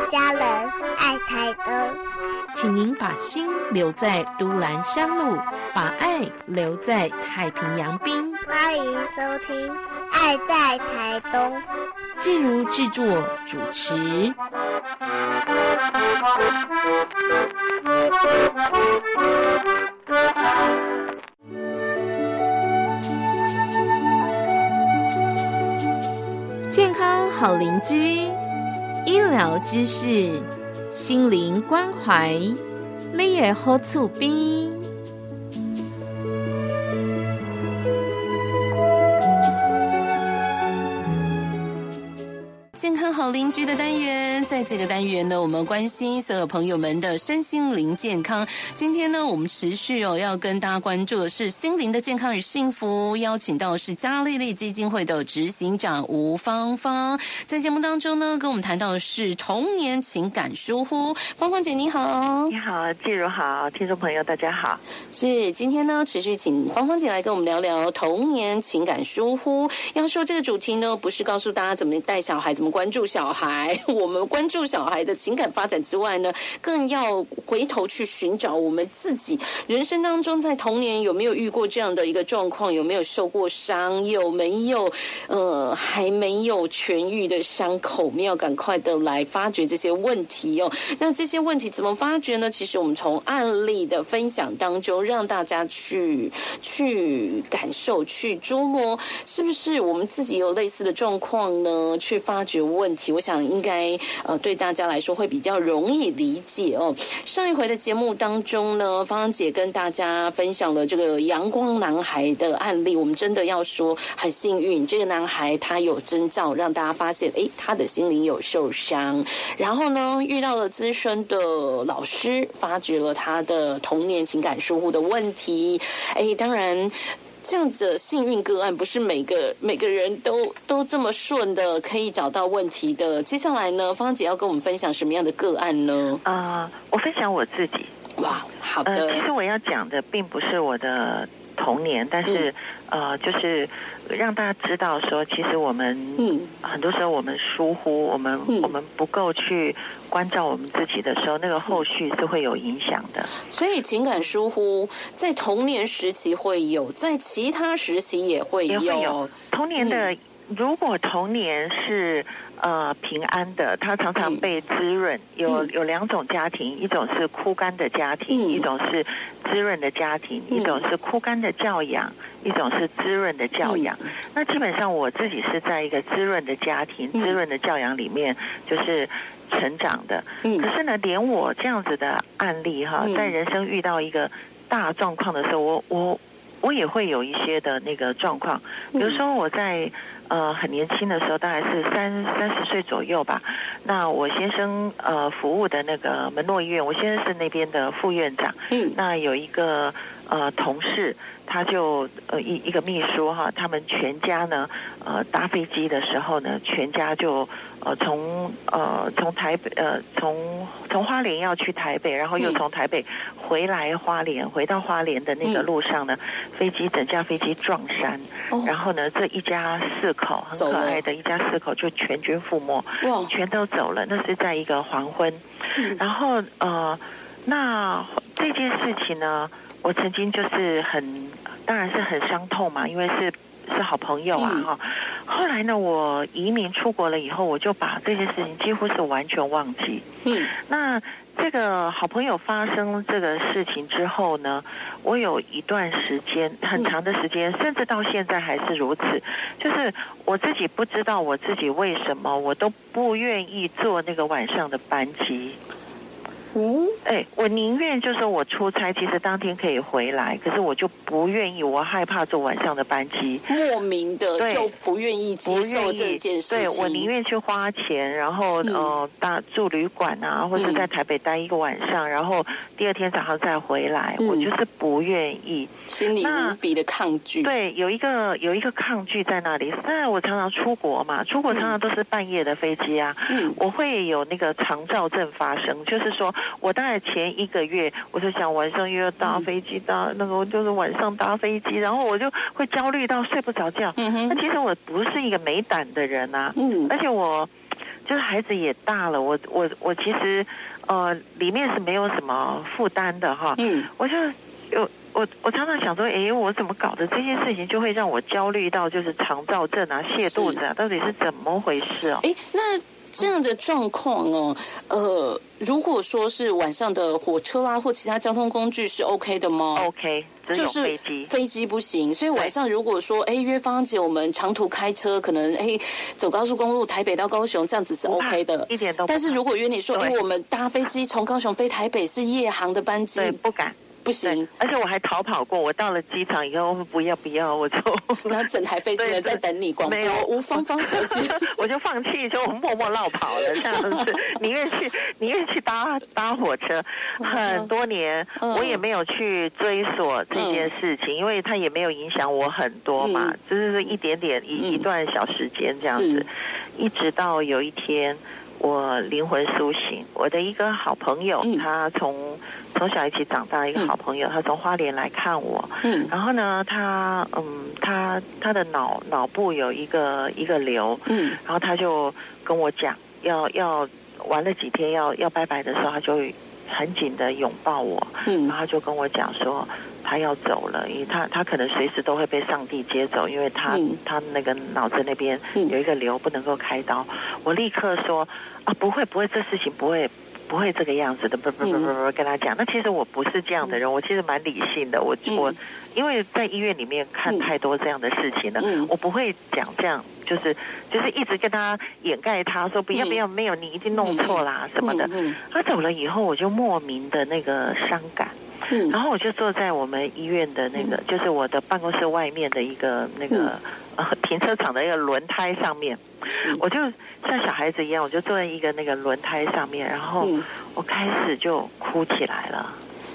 家人，爱台东。 请您把心留在都兰山路，把爱留在太平洋滨。 欢迎收听《爱在台东》， 静茹制作主持。健康好邻居，医疗知识，心灵关怀，你的好厝边。健康好邻居的单元，在这个单元呢，我们关心所有朋友们的身心灵健康。今天呢，我们持续要跟大家关注的是心灵的健康与幸福，邀请到的是嘉丽丽基金会的执行长吴芳芳。在节目当中呢，跟我们谈到的是童年情感疏忽。芳芳姐你好。 你好，季如好，听众朋友大家好。 是，今天呢，持续请芳芳姐来跟我们聊聊童年情感疏忽。要说这个主题呢，不是告诉大家怎么带小孩，怎么关注小孩，我们关注小孩的情感发展之外呢，更要回头去寻找我们自己人生当中在童年有没有遇过这样的一个状况，有没有受过伤，有没有还没有痊愈的伤口，我们要赶快的来发掘这些问题哦。那这些问题怎么发掘呢？其实我们从案例的分享当中，让大家去感受，去琢磨，是不是我们自己有类似的状况呢？去发掘问题，我想应该对大家来说会比较容易理解哦。上一回的节目当中呢，芳芳姐跟大家分享了这个阳光男孩的案例，我们真的要说很幸运，这个男孩他有征兆让大家发现，他的心灵有受伤，然后呢遇到了资深的老师，发掘了他的童年情感疏忽的问题。当然这样子的幸运个案不是每个人都这么顺的可以找到问题的。接下来呢，芳姐要跟我们分享什么样的个案呢？ 我分享我自己。 哇，好的。 其实我要讲的并不是我的童年，但是就是让大家知道说，其实我们很多时候我们疏忽，我们不够去关照我们自己的时候，那个后续是会有影响的。 所以情感疏忽在童年时期会有，在其他时期也会有。 童年的，如果童年是平安的，他常常被滋润。有两种家庭，一种是枯干的家庭，一种是滋润的家庭，一种是枯干的教养，一种是滋润的教养。那基本上我自己是在一个滋润的家庭、滋润的教养里面，就是成长的。可是呢，连我这样子的案例哈，在人生遇到一个大状况的时候，我也会有一些的那个状况。比如说我在很年轻的时候，大概是30岁左右吧。那我先生服务的那个门诺医院，我先生是那边的副院长。那有一个同事，他就一个秘书哈，他们全家呢搭飞机的时候呢，全家就从台北从花莲要去台北，然后又从台北回来花莲，回到花莲的那个路上呢，整架飞机撞山，然后呢这一家4口很可爱的一家4口就全军覆没，全都走了。那是在一个黄昏，然后那这件事情呢，我曾经就是当然是很伤痛嘛，因为是好朋友啊哈。后来呢，我移民出国了以后，我就把这件事情几乎是完全忘记。那这个好朋友发生这个事情之后呢，我有一段时间，很长的时间，甚至到现在还是如此，就是我自己不知道我自己为什么我都不愿意坐那个晚上的班机。我宁愿就是我出差，其实当天可以回来，可是我就不愿意，我害怕坐晚上的班机， 莫名的就不愿意接受这件事情。 对，我宁愿去花钱，然后住旅馆啊，或者在台北待一个晚上，然后第二天早上再回来，我就是不愿意， 心里无比的抗拒。 对，有一个抗拒在那里。那我常常出国嘛，常常都是半夜的飞机啊，我会有那个长照症发生，就是说我大概前1个月，我就想晚上又要搭飞机，搭那个就是晚上搭飞机，然后我就会焦虑到睡不着觉。那其实我不是一个没胆的人啊，而且我就是孩子也大了，我其实里面是没有什么负担的哈。我就我常常想说，我怎么搞的这件事情就会让我焦虑到就是肠躁症啊、泻肚子啊，到底是怎么回事哦？ 那这样的状况哦，如果说是晚上的火车啦或其他交通工具是 OK 的吗 ？OK， 就是飞机不行。所以晚上如果说约芳姐我们长途开车，可能走高速公路台北到高雄这样子是 OK 的， 一点都不怕。 但是如果约你说我们搭飞机从高雄飞台北是夜航的班机， 对，不敢。 不行， 而且我还逃跑过。我到了机场以后，不要，我就然后整台飞机人在等你广播，吴芳芳小姐， 我就放弃，就默默绕跑了这样子。宁愿去搭火车。很多年，我也没有去追索这件事情，因为它也没有影响我很多嘛，就是一点点一段小时间这样子。一直到有一天，我灵魂苏醒，我的一个好朋友，他从小一起长大的一个好朋友，他从花莲来看我，然后呢，他的脑部有一个瘤，然后他就跟我讲，要玩了几天要拜拜的时候，他就很紧的拥抱我，然后他就跟我讲说他要走了，因为他可能随时都会被上帝接走，因为他那个脑子那边有一个瘤不能够开刀。我立刻说啊，不会，这事情不会这个样子的，不跟他讲。那其实我不是这样的人，我其实蛮理性的。我因为在医院里面看太多这样的事情了，我不会讲这样，就是一直跟他掩盖他说不要，没有，你一定弄错啦什么的。他走了以后，我就莫名的那个伤感。然后我就坐在我们医院的那个，就是我的办公室外面的一个那个停车场的一个轮胎上面，我就像小孩子一样，我就坐在一个那个轮胎上面，然后我开始就哭起来了。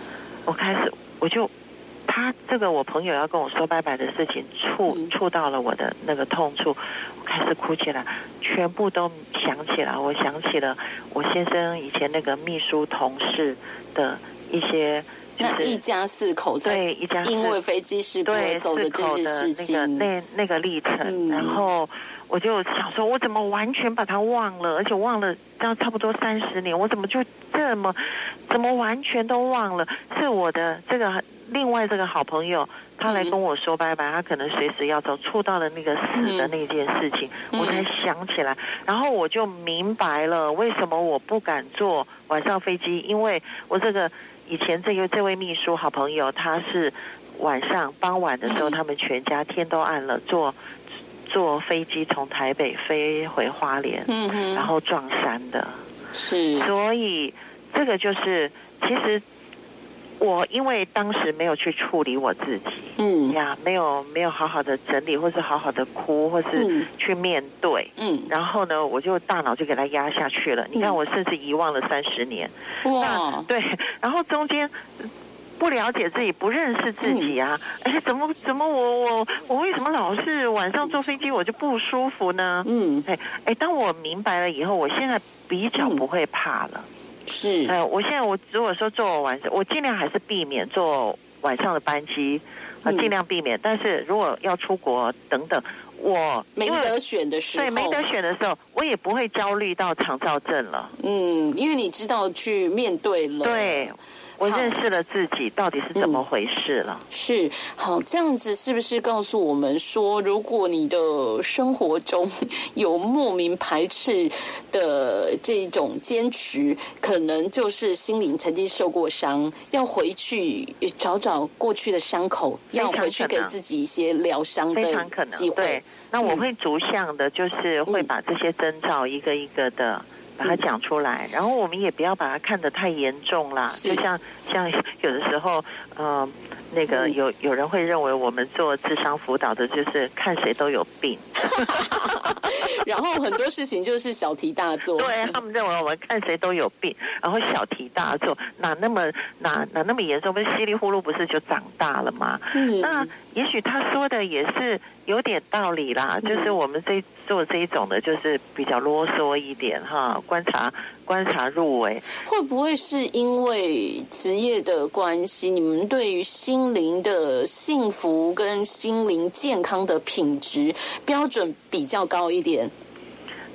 他这个我朋友要跟我说拜拜的事情触到了我的那个痛处，我开始哭起来，全部都想起来。我想起了我先生以前那个秘书同事的一些。 那一家四口对一家因为飞机事故走的这件事情， 那个历程，然后我就想说，我怎么完全把它忘了，而且忘了到差不多30年，我怎么完全都忘了？是我的另外这个好朋友，他来跟我说拜拜，他可能随时要走，触到了那个死的那件事情，我才想起来，然后我就明白了为什么我不敢坐晚上飞机，因为我以前这位秘书好朋友，他是晚上傍晚的时候，他们全家天都暗了，坐飞机从台北飞回花莲，然后撞山的。 是， 所以这个就是其实我因为当时没有去处理我自己，没有好好的整理，或是好好的哭，或是去面对，然后呢，我就大脑就给它压下去了。你看，我甚至遗忘了30年，哇，对，然后中间不了解自己，不认识自己啊，怎么我为什么老是晚上坐飞机我就不舒服呢？当我明白了以后，我现在比较不会怕了。 是， 我现在如果说坐晚上，我尽量还是避免坐晚上的班机，尽量避免。但是如果要出国等等，我没得选的时候， 对，没得选的时候，我也不会焦虑到肠躁症了。 因为你知道去面对了。 对。我认识了自己到底是怎么回事了。 是，好，这样子是不是告诉我们说，如果你的生活中有莫名排斥的这种坚持，可能就是心灵曾经受过伤，要回去找过去的伤口，要回去给自己一些疗伤的机会。 对，那我会逐项的，就是会把这些征兆一个一个的把它讲出来，然后我们也不要把它看得太严重啦。就像有的时候，那个有人会认为我们做智商辅导的，就是看谁都有病， 然后很多事情就是小题大做。 对，他们认为我们看谁都有病，然后小题大做，哪那么严重？不是稀里糊涂，不是就长大了吗？那也许他说的也是有点道理啦，就是我们做这一种的，就是比较啰嗦一点哈，观察入微。 会不会是因为职业的关系，你们对于心灵的幸福跟心灵健康的品质标准比较高一点？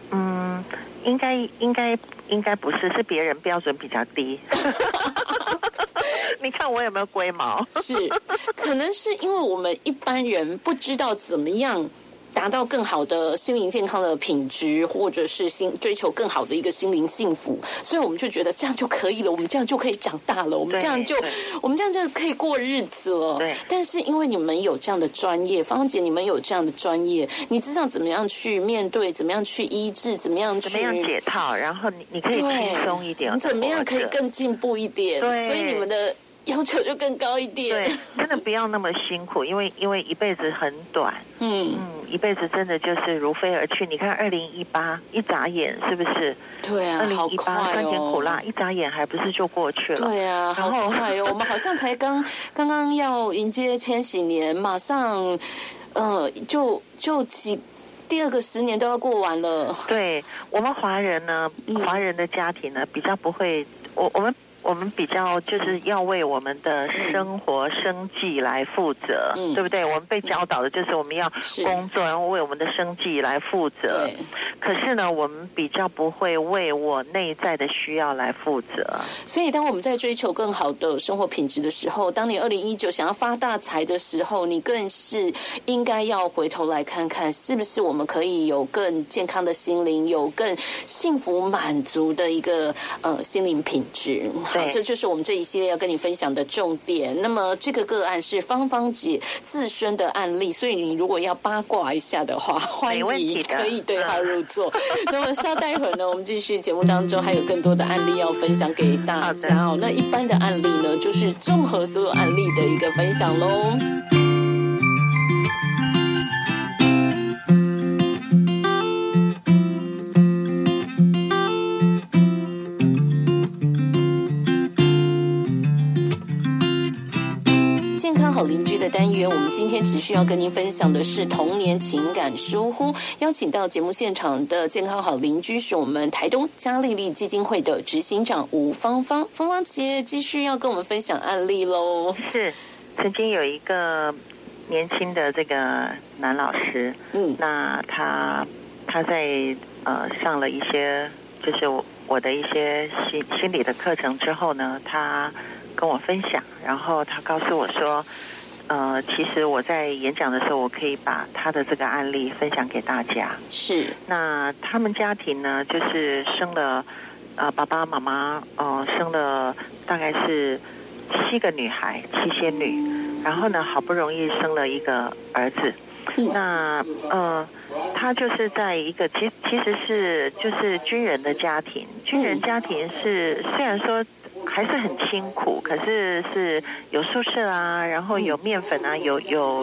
应该不是，是别人标准比较低。你看我有没有龟毛？ 是，可能是因为我们一般人不知道怎么样达到更好的心灵健康的品质，或者是追求更好的一个心灵幸福，所以我们就觉得这样就可以了，我们这样就可以长大了，我们这样就可以过日子了。 对。 但是因为你们有这样的专业，芳姐你们有这样的专业，你知道怎么样去面对，怎么样去医治，怎么样解套，然后你可以轻松一点， 你怎么样可以更进步一点？ 对， 所以你们的要求就更高一点。 对，真的不要那么辛苦，因为一辈子很短。一辈子真的就是如飞而去。你看2018一眨眼是不是？ 对啊 ，2018酸甜苦辣一眨眼还不是就过去了？ 对啊，好快哦！我们好像才刚刚要迎接千禧年，马上就第二个10年都要过完了。 对，我们华人呢，华人的家庭呢比较不会，我们比较就是要为我们的生活生计来负责，对不对？我们被教导的就是我们要工作，然后为我们的生计来负责。可是呢，我们比较不会为我内在的需要来负责。 所以，当我们在追求更好的生活品质的时候，当你2019想要发大财的时候，你更是应该要回头来看看，是不是我们可以有更健康的心灵，有更幸福满足的一个心灵品质。好，这就是我们这一系列要跟你分享的重点。那么这个个案是芳姐自身的案例，所以你如果要八卦一下的话，欢迎可以对号入座。那么稍待一会儿呢，我们继续节目当中还有更多的案例要分享给大家哦。那一般的案例呢，就是综合所有案例的一个分享喽。好邻居的单元，我们今天持续要跟您分享的是童年情感疏忽。邀请到节目现场的健康好邻居是我们台东嘉利利基金会的执行长吴芳芳姐，继续要跟我们分享案例喽。 是，曾经有一个年轻的这个男老师，那他在上了一些就是我的一些心理的课程之后呢，他跟我分享，然后他告诉我说，其实我在演讲的时候，我可以把他的这个案例分享给大家。 是， 那他们家庭呢，就是生了，爸爸妈妈生了大概是7个女孩，7仙女，然后呢，好不容易生了一个儿子。那他就是在一个其实是就是军人的家庭，军人家庭是虽然说还是很辛苦，可是有宿舍啊，然后有面粉啊，有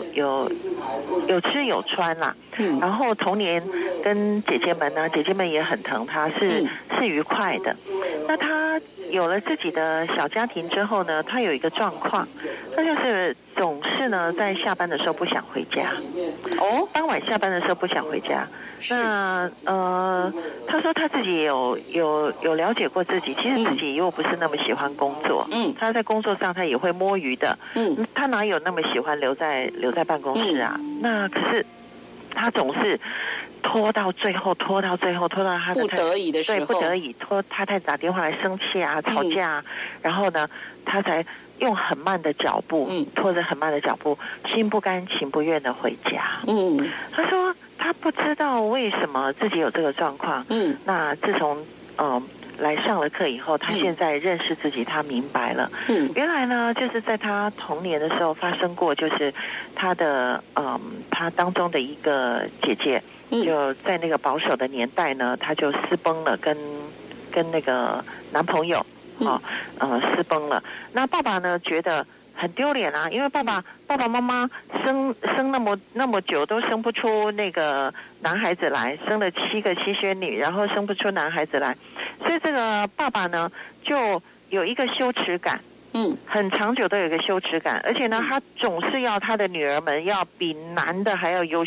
吃有穿啦。然后童年跟姐姐们呢，姐姐们也很疼他，是愉快的。那他有了自己的小家庭之后呢，他有一个状况，他就是总是呢在下班的时候不想回家。当晚下班的时候不想回家。那他说他自己有了解过自己，其实自己又不是那么喜欢工作。他在工作上他也会摸鱼的。他哪有那么喜欢留在办公室啊？那可是他总是拖到最后，拖到他不得已的时候， 对，不得已拖太太打电话来生气啊，吵架啊，然后呢，他才用很慢的脚步，拖着很慢的脚步，心不甘情不愿的回家。他说他不知道为什么自己有这个状况。那自从来上了课以后，他现在认识自己，他明白了。原来呢，就是在他童年的时候发生过，就是他的他当中的一个姐姐，就在那个保守的年代呢，他就私奔了，跟那个男朋友私奔了。那爸爸呢觉得很丢脸啊，因为爸爸妈妈生那么久都生不出那个男孩子来，生了7个7仙女，然后生不出男孩子来，所以这个爸爸呢就有一个羞耻感。很长久都有一个羞耻感，而且呢，他总是要他的女儿们要比男的还要优秀。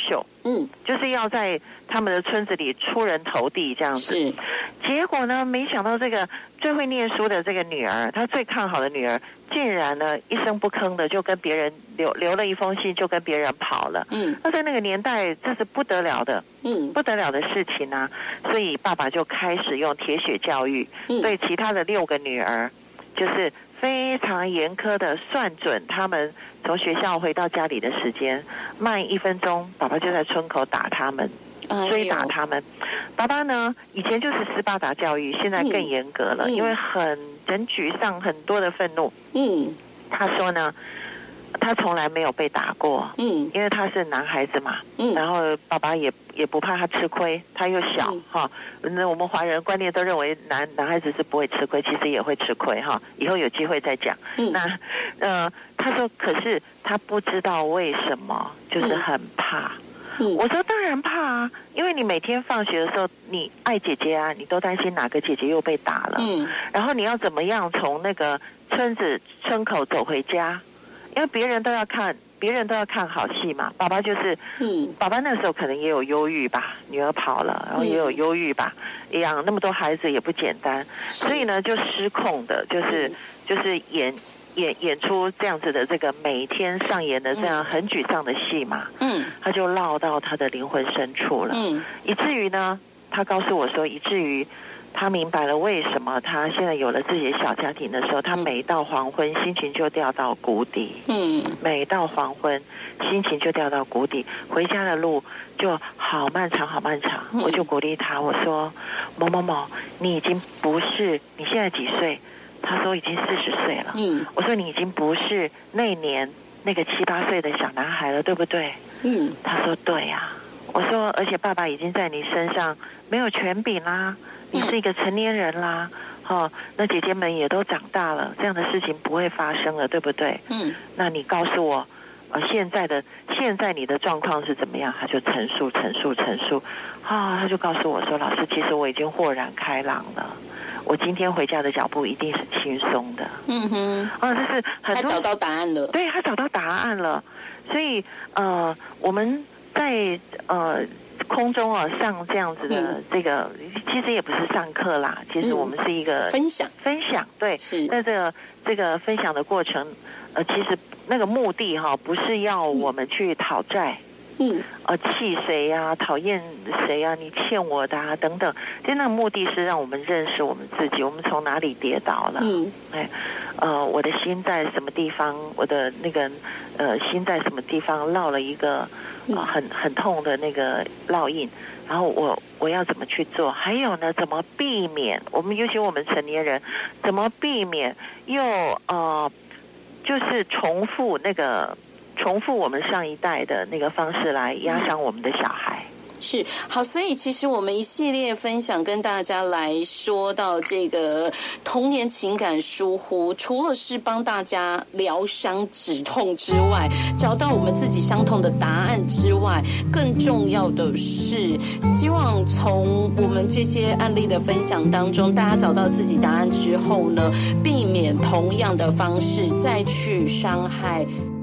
就是要在他们的村子里出人头地这样子。 是， 结果呢，没想到这个最会念书的这个女儿，她最看好的女儿，竟然呢一声不吭的就跟别人留了一封信，就跟别人跑了。那在那个年代，这是不得了的，不得了的事情啊！所以爸爸就开始用铁血教育，对其他的6个女儿，就是非常严苛的算准他们从学校回到家里的时间，慢1分钟，爸爸就在村口打他们。追打他们。爸爸呢，以前就是斯巴达教育，现在更严格了，因为很沮丧，很多的愤怒。他说呢，他从来没有被打过，因为他是男孩子嘛，然后爸爸也不怕他吃亏，他又小哈。那我们华人观念都认为男孩子是不会吃亏，其实也会吃亏哈。以后有机会再讲。那他说，可是他不知道为什么，就是很怕。我说当然怕啊，因为你每天放学的时候，你爱姐姐啊，你都担心哪个姐姐又被打了，然后你要怎么样从那个村口走回家，因为别人都要看好戏嘛。爸爸就是，爸爸那时候可能也有忧郁吧，女儿跑了，然后也有忧郁吧，养那么多孩子也不简单，所以呢就失控的，就是演出这样子的这个每天上演的这样很沮丧的戏嘛，他就落到他的灵魂深处了，以至于呢，他告诉我说，以至于他明白了为什么他现在有了自己的小家庭的时候，他每到黄昏心情就掉到谷底，每到黄昏心情就掉到谷底，回家的路就好漫长好漫长。我就鼓励他，我说某某某，你已经不是，你现在几岁？他说已经40岁了。我说你已经不是那年那个7、8岁的小男孩了，对不对？他说对呀。我说而且爸爸已经在你身上没有权柄啦，你是一个成年人啦，那姐姐们也都长大了，这样的事情不会发生了，对不对？那你告诉我，现在你的状况是怎么样？他就陈述，他就告诉我说，老师，其实我已经豁然开朗了。我今天回家的脚步一定是轻松的。这是很多他找到答案了。 对，他找到答案了。所以我们在空中上这样子的这个，其实也不是上课啦，其实我们是一个分享， 对。 是。 那这个分享的过程，其实那个目的不是要我们去讨债。气谁呀？讨厌谁呀？你欠我的啊，等等。其实那个目的是让我们认识我们自己，我们从哪里跌倒了？我的心在什么地方？我的那个心在什么地方烙了一个很痛的那个烙印？然后我要怎么去做？还有呢，怎么避免？尤其我们成年人怎么避免又就是重复我们上一代的那个方式来压伤我们的小孩。 是好，所以其实我们一系列分享跟大家来说到这个童年情感疏忽，除了是帮大家疗伤止痛之外，找到我们自己伤痛的答案之外，更重要的是希望从我们这些案例的分享当中，大家找到自己答案之后呢，避免同样的方式再去伤害